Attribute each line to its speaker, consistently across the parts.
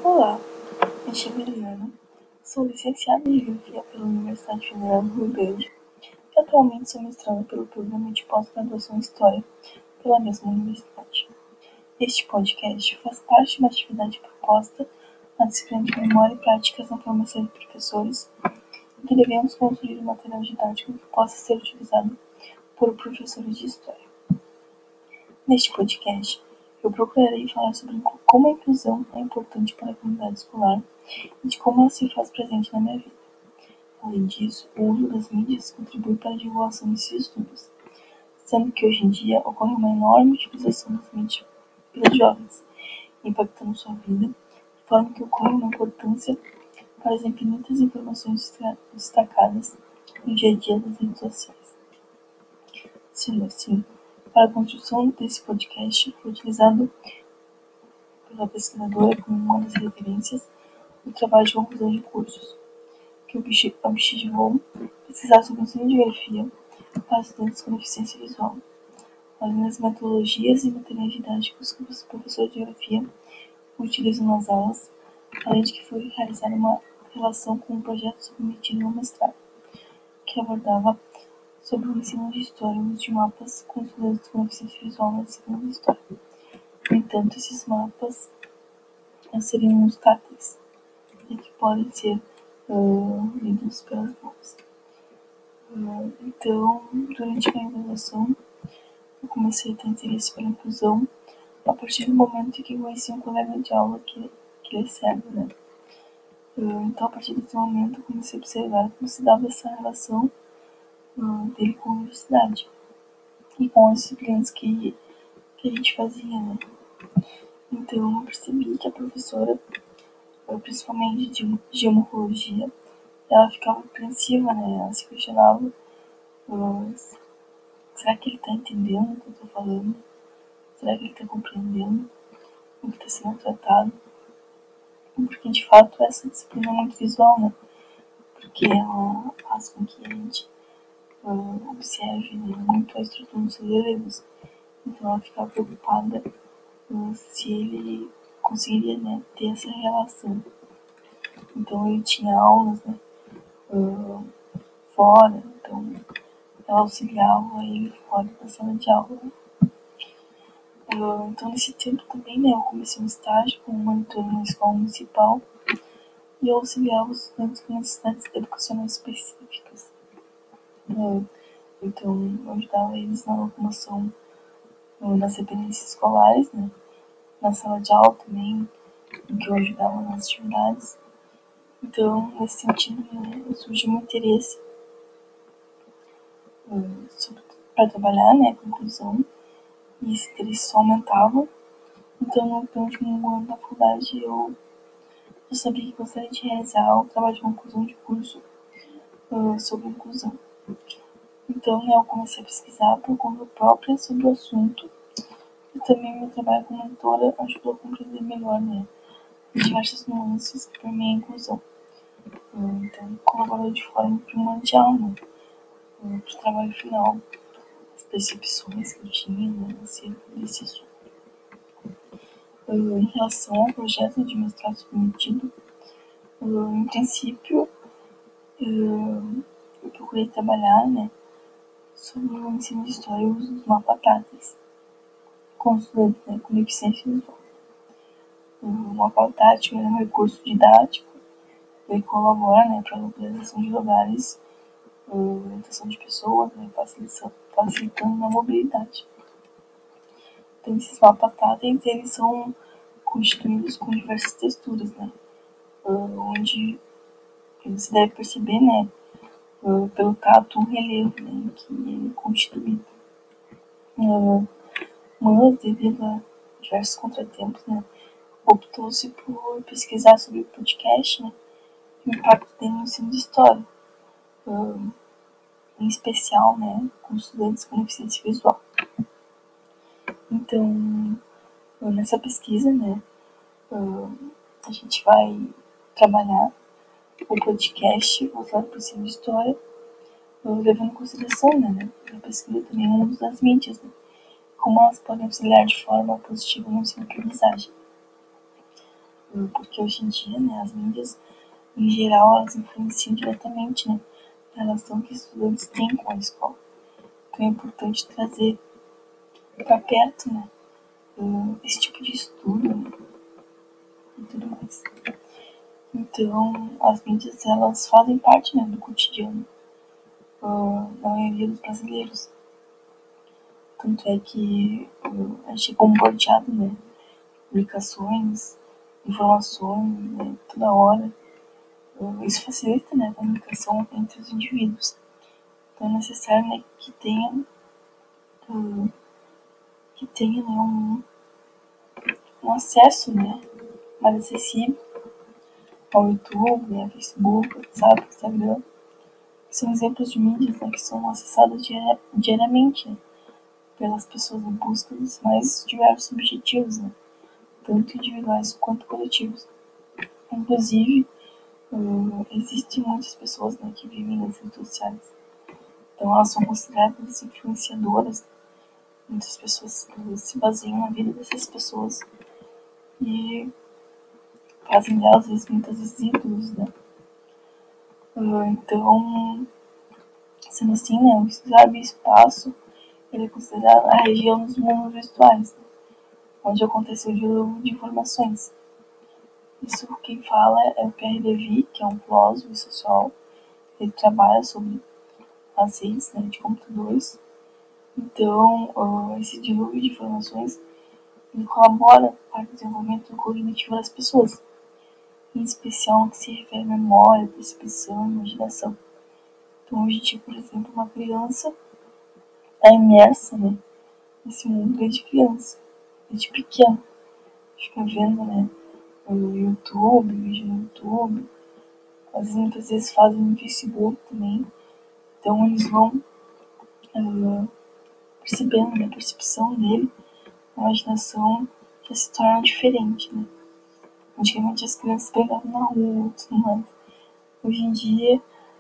Speaker 1: Olá, me chamo Eliana, sou licenciada em Geografia pela Universidade Federal do Rio Grande e atualmente sou mestranda pelo Programa de Pós-Graduação em História pela mesma universidade. Este podcast faz parte de uma atividade proposta na disciplina de Memória e Práticas na formação de professores em que devemos construir um material didático que possa ser utilizado por professores de História. Neste podcast, eu procurarei falar sobre como a inclusão é importante para a comunidade escolar e de como ela se faz presente na minha vida. Além disso, o uso das mídias contribui para a divulgação desses estudos, sendo que hoje em dia ocorre uma enorme utilização das mídias pelos jovens, impactando sua vida, de forma que ocorre uma importância para as infinitas informações destacadas no dia a dia das redes sociais. Sendo assim, para a construção desse podcast foi utilizado pela pesquisadora como uma das referências do trabalho de conclusão de cursos, que objetivou pesquisar sobre o ensino de geografia para estudantes com deficiência visual, além das metodologias e materiais didáticos que os professores de geografia utilizam nas aulas, além de que foi realizada uma relação com um projeto submetido ao mestrado, que abordava sobre o ensino de história e o uso de mapas com estudantes com deficiência visual na disciplina de história. No entanto, esses mapas seriam os táteis, que podem ser lidos pelas mãos. Então, durante a minha graduação, eu comecei a ter interesse pela inclusão a partir do momento em que eu conheci um colega de aula que ele é cego, né? Então, a partir desse momento, eu comecei a observar como se dava essa relação dele com a universidade e com as disciplinas que a gente fazia, né? Então, eu percebi que a professora, principalmente de geomorfologia, ela ficava apreensiva, né? Ela se questionava: será que ele está entendendo o que eu estou falando? Será que ele está compreendendo o que está sendo tratado? Porque, de fato, essa disciplina é muito visual, né? Porque ela faz com que a gente observe, né, muito a estrutura dos seus elementos. Então, ela ficava preocupada se ele conseguiria, né, ter essa relação. Então, ele tinha aulas, né, fora, então ela auxiliava ele fora da sala de aula. Então, nesse tempo também, né, eu comecei um estágio como monitor na escola municipal e eu auxiliava os estudantes com necessidades educacionais específicas. Então, eu ajudava eles na locomoção nas dependências escolares, né, na sala de aula também, em que eu ajudava nas atividades. Então, nesse sentido, né, surgiu um interesse para trabalhar, né, com inclusão, e esse interesse só aumentava. Então, no último ano da faculdade, eu sabia que gostaria de realizar o trabalho de conclusão de curso sobre inclusão. Então, né, eu comecei a pesquisar por conta própria sobre o assunto e também meu trabalho como mentora ajudou a compreender melhor, né, diversas nuances que permeiam a inclusão. Então, colaborou de forma primordial, né, para o trabalho final, as percepções que eu tinha, né, acerca desse assunto. Em relação ao projeto de mestrado submetido, em princípio, eu procurei trabalhar, né, sobre o ensino de história e o uso dos mapas táteis com estudantes, né, com deficiência visual. O mapa tátil é um recurso didático, ele colabora, né, para a localização de lugares, orientação de pessoas, né, facilitando a mobilidade. Então, esses mapas táteis, eles são constituídos com diversas texturas, né, onde você deve perceber, né, pelo tato, um relevo, né, que ele é constituído. Mas, devido a diversos contratempos, né, optou-se por pesquisar sobre o podcast, né, e o impacto dele no ensino de história, em especial, né, com estudantes com deficiência visual. Então, nessa pesquisa, né, a gente vai trabalhar o podcast voltado para o ensino de história, levando em consideração, né, na pesquisa também o uso das mídias, né, como elas podem auxiliar de forma positiva no ensino-aprendizagem. porque hoje em dia, né, as mídias, em geral, elas influenciam diretamente, né, a relação que estudantes têm com a escola. Então é importante trazer para perto, né, esse tipo de estudo, né, e tudo mais. Então, as mídias, elas fazem parte, né, do cotidiano da maioria dos brasileiros. Tanto é que a gente é bombardeado, né, publicações, informações, né, toda hora. Isso facilita, né, a comunicação entre os indivíduos. Então é necessário, né, uh, que tenha né, um acesso, né, mais acessível ao YouTube, né, Facebook, WhatsApp, Instagram, que são exemplos de mídias, né, que são acessadas diariamente, né, pelas pessoas em busca dos mais diversos objetivos, né, tanto individuais quanto coletivos. Inclusive, existem muitas pessoas, né, que vivem nas redes sociais. Então elas são consideradas influenciadoras. Muitas pessoas se baseiam na vida dessas pessoas e fazem delas muitas vezes ídolos, né? Então, sendo assim, né, o cyberespaço ele é considerado a região dos mundos virtuais, né, onde acontece o dilúvio de informações. Isso quem fala é o Pierre Levy, que é um filósofo e sociólogo. Ele trabalha sobre as redes, né, de computadores. Então, esse dilúvio de informações ele colabora para o desenvolvimento cognitivo das pessoas, em especial no que se refere à memória, percepção e imaginação. Então, hoje em dia, por exemplo, uma criança está imersa, né, nesse mundo desde criança, desde pequena. Fica vendo, né, no YouTube, vídeo no YouTube, às vezes, muitas vezes fazem no Facebook também. Então, eles vão percebendo, né, a percepção dele, a imaginação já se torna diferente, né. Antigamente as crianças brincavam na rua, tudo mais. Hoje em dia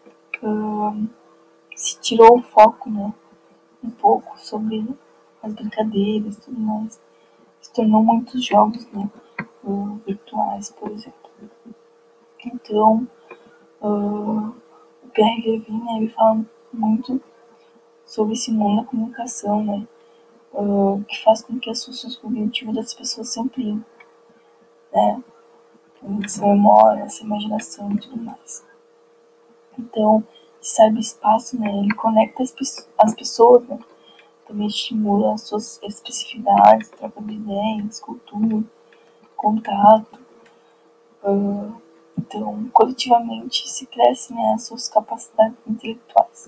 Speaker 1: se tirou o foco, né, um pouco sobre as brincadeiras e tudo mais. Se tornou muitos jogos, né, virtuais, por exemplo. Então, o Pierre Levy, né, ele fala muito sobre esse mundo da comunicação, né, que faz com que as funções cognitivas das pessoas se ampliem, né, essa memória, essa imaginação e tudo mais. Então, esse cyberespaço, né, ele conecta as pessoas, né, também estimula as suas especificidades, troca de ideias, cultura, contato. Então, coletivamente se cresce, né, as suas capacidades intelectuais.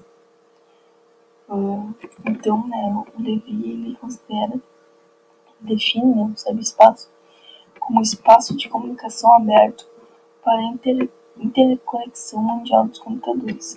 Speaker 1: Então, né, o Levi ele define, né, o cyberespaço como espaço de comunicação aberto para a interconexão mundial dos computadores.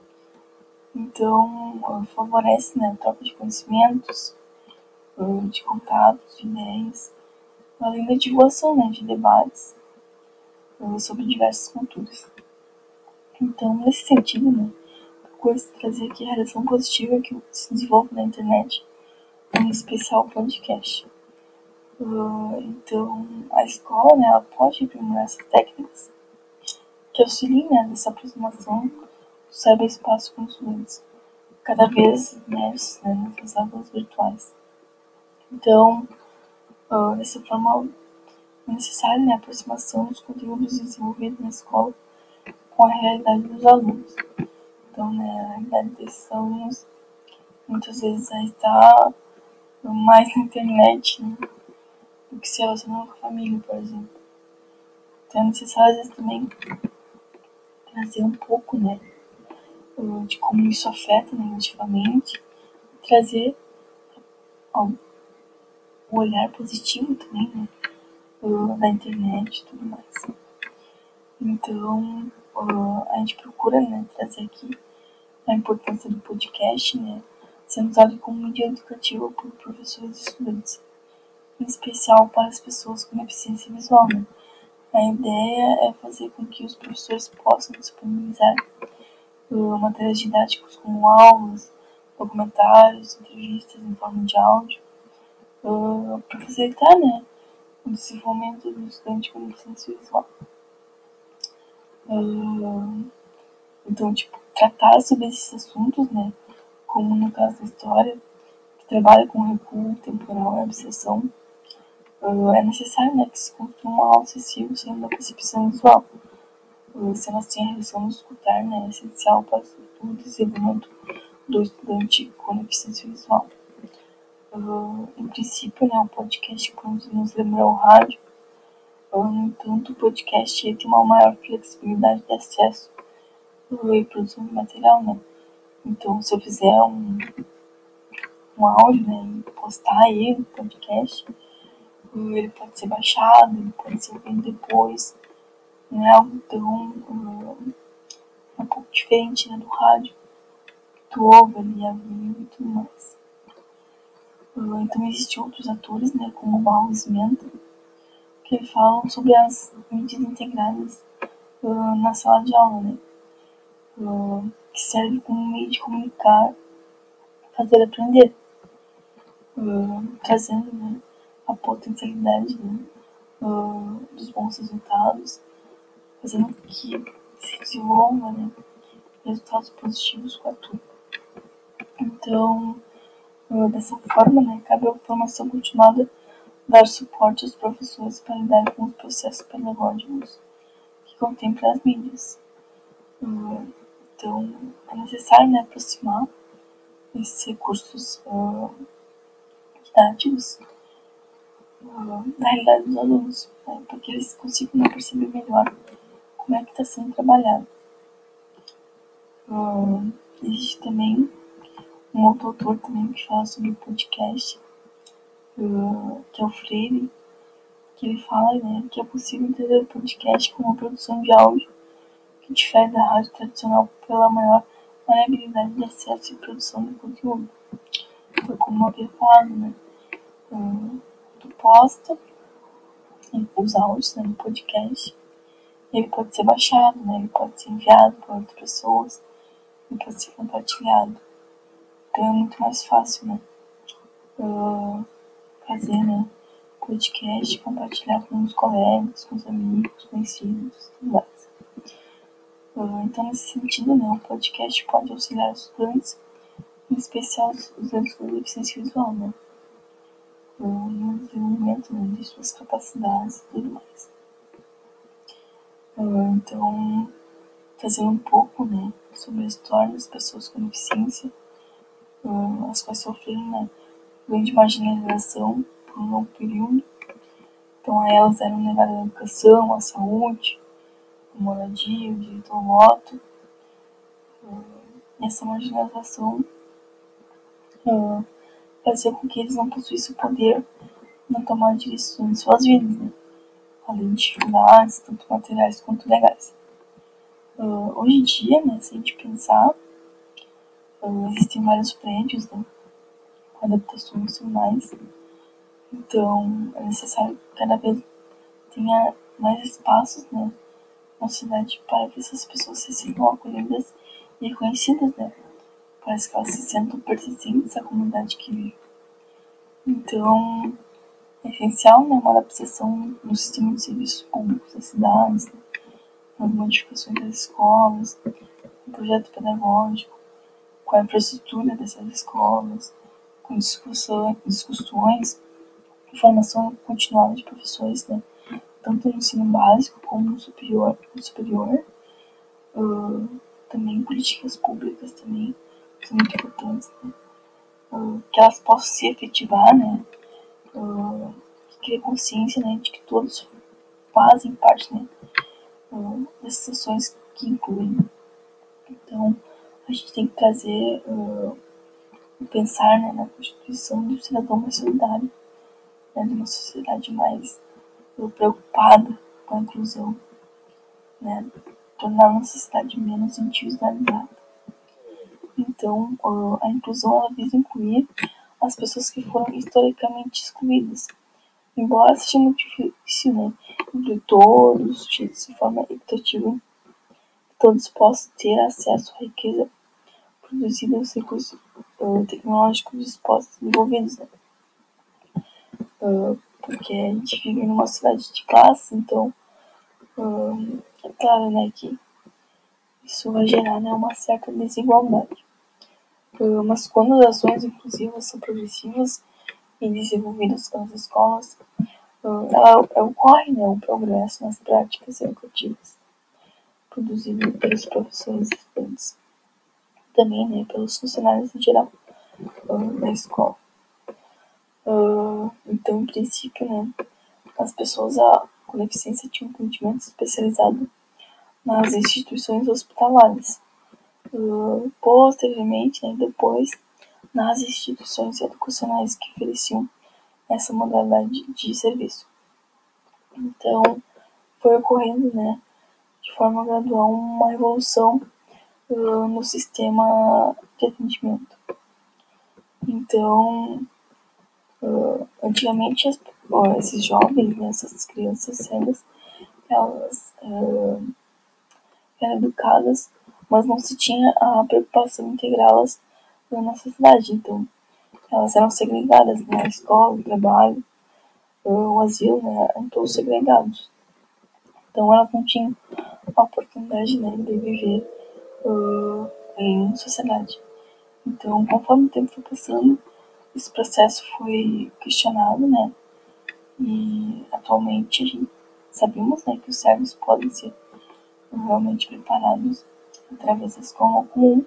Speaker 1: Então, favorece, né, a troca de conhecimentos, de contatos, de ideias, além da divulgação, né, de debates sobre diversas culturas. Então, nesse sentido, né, procura-se trazer aqui a relação positiva que se desenvolve na internet, em especial o podcast. Então, a escola, né, ela pode aprimorar essas técnicas que auxiliam, né, nessa aproximação do cyberespaço com os estudantes, cada vez mais, né, nessas aulas virtuais. Então, dessa forma, é necessário, né, a aproximação dos conteúdos desenvolvidos na escola com a realidade dos alunos. Então, né, a realidade desses alunos muitas vezes já está mais na internet, né, do que se relacionando com a família, por exemplo. Então é necessário, às vezes, também trazer um pouco, né, de como isso afeta negativamente, trazer o olhar positivo também, né, da internet e tudo mais. Então, a gente procura, né, trazer aqui a importância do podcast, né, sendo usado como mídia educativa por professores e estudantes, em especial para as pessoas com deficiência visual, né. A ideia é fazer com que os professores possam disponibilizar materiais didáticos como aulas, documentários, entrevistas em forma de áudio, para facilitar, né, o desenvolvimento do estudante com deficiência visual. Então, tratar sobre esses assuntos, né, como no caso da história, que trabalha com recuo temporal e abstração, é necessário, né, que se construa um algo acessível sendo da percepção visual. Sendo assim, a relação do escutar, né, é essencial para o desenvolvimento do estudante com deficiência visual. Em princípio, né, o podcast pode nos lembrar o rádio. No entanto, o podcast tem uma maior flexibilidade de acesso e produção de material, né? Então, se eu fizer um áudio, né, e postar ele no podcast, ele pode ser baixado, ele pode ser ouvido depois. Não é algo tão um pouco diferente, né, do rádio. Tu ouve ali a vida e tudo mais. Então existem outros atores, né, como o Barros Smith, que falam sobre as medidas integradas na sala de aula, né, que serve como meio de comunicar, fazer aprender, trazendo, né, a potencialidade, né, dos bons resultados, fazendo com que se desenvolva, né, resultados positivos com a turma. Então, dessa forma, né, cabe a formação continuada dar suporte aos professores para lidar com os processos pedagógicos que contemplam as mídias. Então, é necessário, né, aproximar esses recursos didáticos da realidade dos alunos, né, para que eles consigam, né, perceber melhor como é que está sendo trabalhado. Existe também um outro autor também que fala sobre o podcast, que é o Freire, que ele fala, né, que é possível entender o podcast como uma produção de áudio que difere da rádio tradicional pela maior variabilidade de acesso e produção de conteúdo. Então, como eu havia falado, né, tu posta os áudios, né, no podcast, ele pode ser baixado, né, ele pode ser enviado para outras pessoas, ele pode ser compartilhado. Então é muito mais fácil, né, fazer, né, podcast, compartilhar com os colegas, com os amigos, conhecidos, tudo mais. Então, nesse sentido, né, o podcast pode auxiliar os estudantes, em especial os estudantes com deficiência visual, né, no desenvolvimento, né, de suas capacidades e tudo mais. Então, trazendo um pouco, né, sobre a história das pessoas com deficiência, as quais sofreram, né, grande marginalização por um longo período. Então, a elas eram negadas a educação, a saúde, a moradia, o direito ao voto. E essa marginalização fazia com que eles não possuíssem o poder na tomada de decisões em suas vidas, né? Além de dificuldades, tanto materiais quanto legais. Hoje em dia, né, se a gente pensar, existem vários prédios, né, com adaptações e tudo mais. Então, é necessário que cada vez tenha mais espaços, né, na cidade para que essas pessoas se sintam acolhidas e reconhecidas, né, para que elas se sintam pertencentes à comunidade que vive. Então, é essencial, né, uma adaptação no sistema de serviços públicos das cidades, né, as modificações das escolas, o projeto pedagógico, com a infraestrutura dessas escolas, com discussões, formação continuada de professores, né, tanto no ensino básico como no superior, também políticas públicas também são muito importantes, né, que elas possam se efetivar, né, que crie consciência, né, de que todos fazem parte, né, dessas ações que incluem. Então, a gente tem que trazer pensar, né, na constituição de um cidadão mais solidário, né, de uma sociedade mais preocupada com a inclusão, né, tornar a nossa sociedade menos individualizada. Então, a inclusão ela visa incluir as pessoas que foram historicamente excluídas, embora seja muito difícil, né, incluir todos os sujeitos de forma equitativa, todos possam ter acesso à riqueza produzida nos recursos tecnológicos dispostos desenvolvidos, né. porque a gente vive numa sociedade de classe, então é claro, né, que isso vai gerar, né, uma certa desigualdade. Mas quando as ações inclusivas são progressivas e desenvolvidas pelas escolas, ela ocorre, né, um progresso nas práticas educativas produzido pelos professores e estudantes, também, né, pelos funcionários em geral da escola. Então, em princípio, né, as pessoas com deficiência tinham um atendimento especializado nas instituições hospitalares. Posteriormente, né, depois, nas instituições educacionais que ofereciam essa modalidade de serviço. Então, foi ocorrendo, né, de forma gradual, uma evolução no sistema de atendimento. Então, antigamente, esses jovens, né, essas crianças cegas, elas eram educadas, mas não se tinha a preocupação em integrá-las na sociedade. Então, elas eram segregadas, né, a escola, o trabalho, o asilo, né, eram todos segregados. Então, elas não tinham a oportunidade, né, de viver em sociedade. Então, conforme o tempo foi passando, esse processo foi questionado, né? E atualmente sabemos, né, que os cegos podem ser realmente preparados através da escola comum,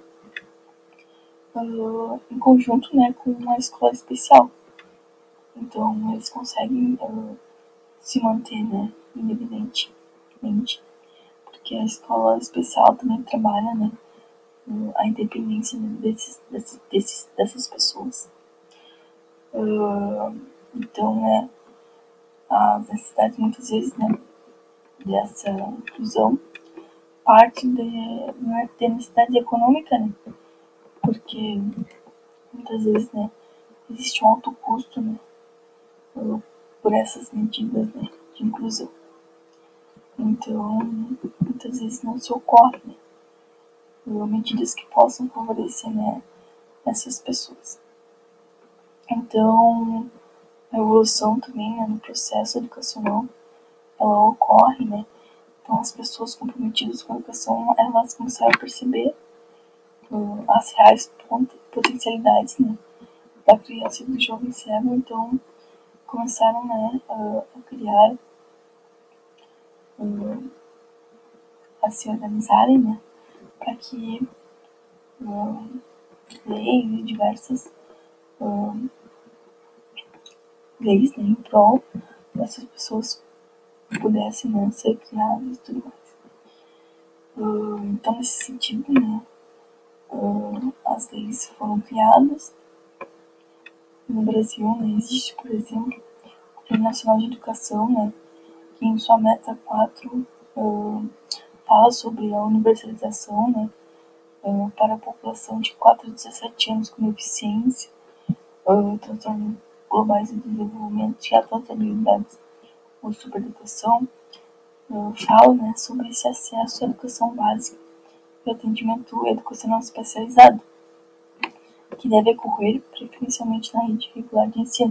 Speaker 1: em conjunto, né, com uma escola especial. Então, eles conseguem se manter, né, independentemente, porque a escola especial também trabalha, né, a independência, né, dessas pessoas. Então, né, as necessidades muitas vezes, né, dessa inclusão parte de necessidade econômica, né, porque muitas vezes, né, existe um alto custo, né, por essas medidas, né, de inclusão. Então, muitas vezes não se ocorre, né, medidas que possam favorecer, né, essas pessoas. Então, a evolução também, né, no processo educacional, ela ocorre, né. Então, as pessoas comprometidas com a educação, elas começaram a perceber as reais potencialidades, né, da criança e do jovem cego. Então, começaram, né, a criar, a se organizarem, né, para que leis e diversas leis, né, em prol dessas pessoas pudessem, né, ser criadas e tudo mais. Então, nesse sentido, né, as leis foram criadas. No Brasil, né, existe, por exemplo, o Plano Nacional de Educação, né, que em sua meta 4 fala sobre a universalização, né, para a população de 4 a 17 anos com deficiência, transtornos globais de desenvolvimento e altas habilidades ou superdotação. Fala, né, sobre esse acesso à educação básica e atendimento educacional especializado, que deve ocorrer preferencialmente na rede regular de ensino.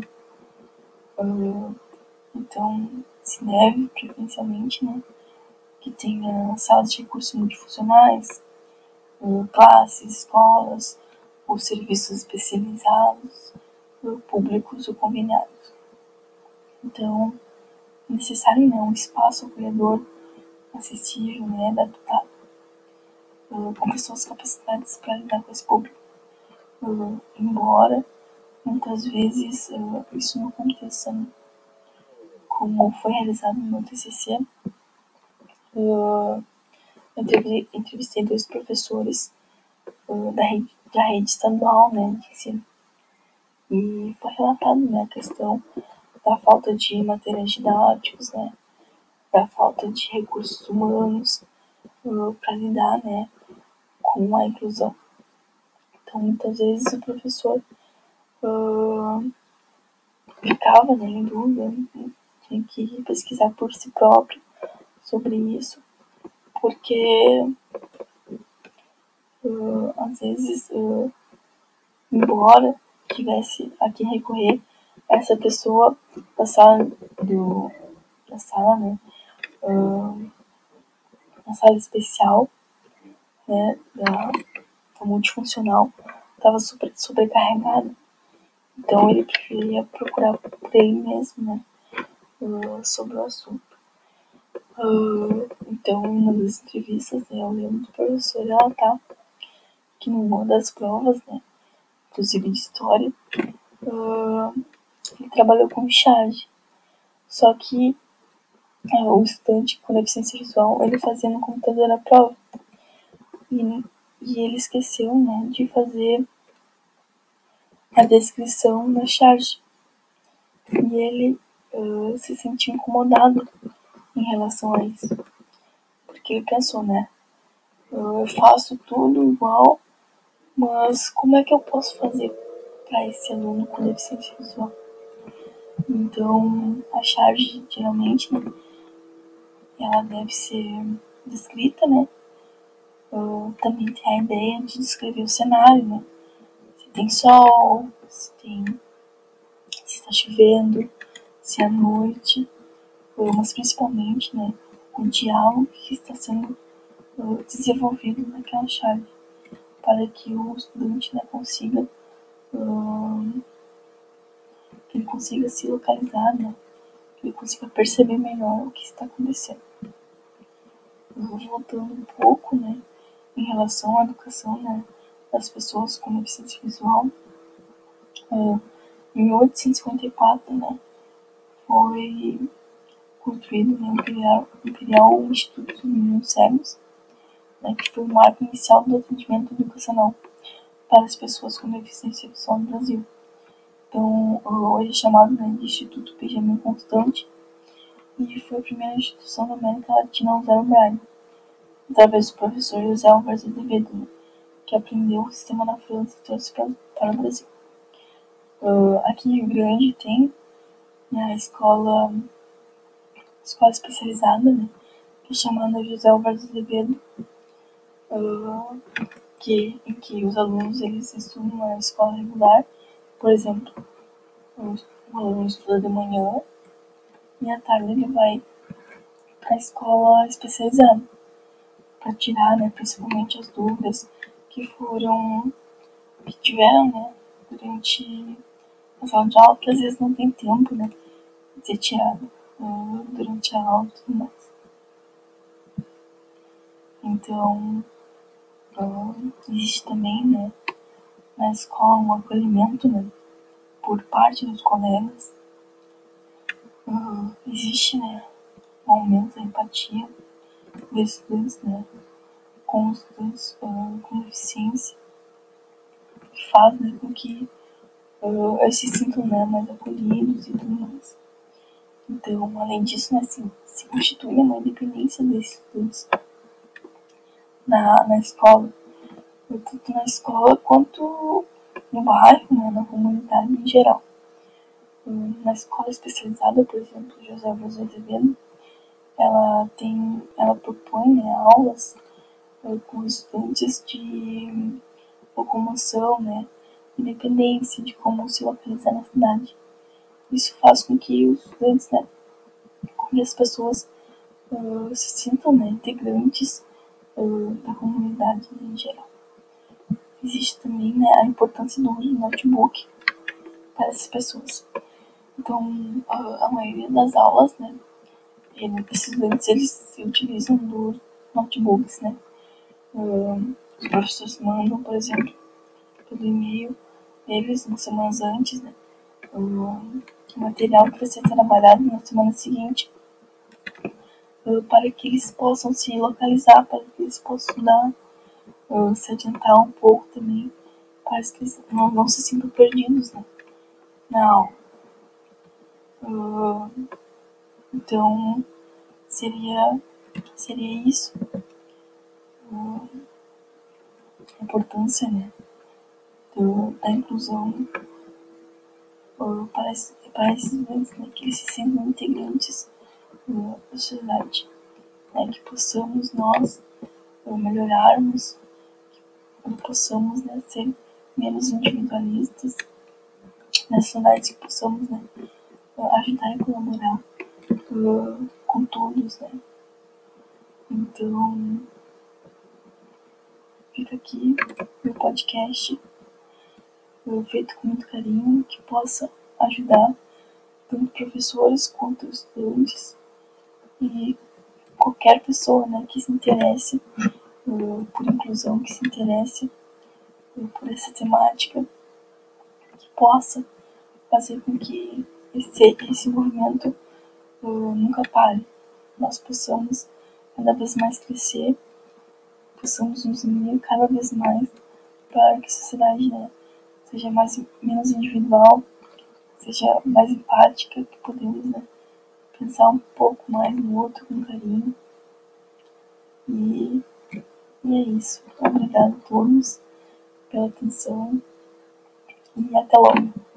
Speaker 1: Então, se deve preferencialmente, né, que tenha salas de recursos multifuncionais, classes, escolas, ou serviços especializados, públicos ou conveniados. Então, é necessário, né, um espaço acolhedor, acessível, né, adaptado, com pessoas capacitadas para lidar com esse público. Embora muitas vezes isso não aconteça, né? Como foi realizado no meu TCC, eu entrevistei 2 professores da rede estadual, né, de ensino, e foi relatado, né, a questão da falta de materiais didáticos, né, da falta de recursos humanos para lidar, né, com a inclusão. Então, muitas vezes o professor ficava, né, em dúvida, né, tinha que pesquisar por si próprio sobre isso, porque às vezes, embora tivesse a quem recorrer, essa pessoa da sala, né, na sala especial, né, da multifuncional, estava super sobrecarregada. Então ele preferia procurar por ele mesmo, né, sobre o assunto. Então, uma das entrevistas, né, eu lembro do professor relatar que numa das provas, né, inclusive de história, ele trabalhou com charge. Só que o estudante com deficiência visual, ele fazia no computador a prova. E ele esqueceu, né, de fazer a descrição na charge. E ele se sentiu incomodado em relação a isso. Porque ele pensou, né, eu faço tudo igual, mas como é que eu posso fazer para esse aluno com deficiência visual? Então, a charge, geralmente, né, ela deve ser descrita, né? Também tem a ideia de descrever o cenário, né? Se tem sol, se está chovendo, se é noite, mas principalmente, né, o diálogo que está sendo desenvolvido naquela charge, para que o estudante, né, que ele consiga se localizar, né, que ele consiga perceber melhor o que está acontecendo. Voltando um pouco, né, em relação à educação, né, das pessoas com deficiência visual, em 1854, né, foi construído, né, o Imperial Instituto dos Meninos Cegos, né, que foi o marco inicial do atendimento educacional para as pessoas com deficiência visual no Brasil. Então, hoje é chamado, né, de Instituto Benjamin Constant, e foi a primeira instituição da América Latina a usar o Braille, através do professor José Álvares de Azevedo, né, que aprendeu o sistema na França e trouxe para o Brasil. Aqui em Rio Grande tem, né, a escola especializada, né, que é chamada José Álvares de Azevedo, em que os alunos eles estudam na escola regular. Por exemplo, o aluno estuda de manhã e à tarde ele vai para a escola especializada para tirar, né, principalmente as dúvidas que tiveram, né, durante a sala de aula, que às vezes não tem tempo, né, de ser tirado durante a aula e tudo mais. Então, existe também, né, na escola um acolhimento, né, por parte dos colegas. Existe, né, um aumento da empatia dos estudantes, né, com os estudantes com deficiência, que faz, né, com que eles se sintam, né, mais acolhidos e tudo mais. Então, além disso, né, se constitui uma independência desses estudantes na escola, tanto na escola quanto no bairro, né, na comunidade em geral. Na escola especializada, por exemplo, José Álvares de Azevedo, ela propõe, né, aulas com estudantes de locomoção, né, independência de como se localizar na cidade. Isso faz com que os estudantes, né, com que as pessoas se sintam, né, integrantes da comunidade em geral. Existe também, né, a importância do uso do notebook para essas pessoas. Então, a maioria das aulas, né, esses estudantes eles se utilizam dos notebooks, né. Os professores mandam, por exemplo, pelo e-mail deles umas semanas antes, né, o material que vai ser trabalhado na semana seguinte, para que eles possam se localizar, para que eles possam estudar, se adiantar um pouco também, para que eles não se sintam perdidos, né, na aula. Então, seria isso, a importância, né, da inclusão para esses estudantes, né, que eles se sintam integrantes da sociedade, né, que possamos nós melhorarmos, que possamos, né, ser menos individualistas necessidades que possamos, né, ajudar e colaborar com todos, né. Então, fica aqui meu podcast, feito com muito carinho, que possa ajudar tanto professores quanto estudantes e qualquer pessoa, né, que se interesse por inclusão, que se interesse por essa temática, que possa fazer com que esse movimento nunca pare. Nós possamos cada vez mais crescer, possamos nos unir cada vez mais para que a sociedade, né, seja menos individual, seja mais empática, que podemos, né, pensar um pouco mais no outro com carinho. E, e é isso. Obrigado a todos pela atenção e até logo.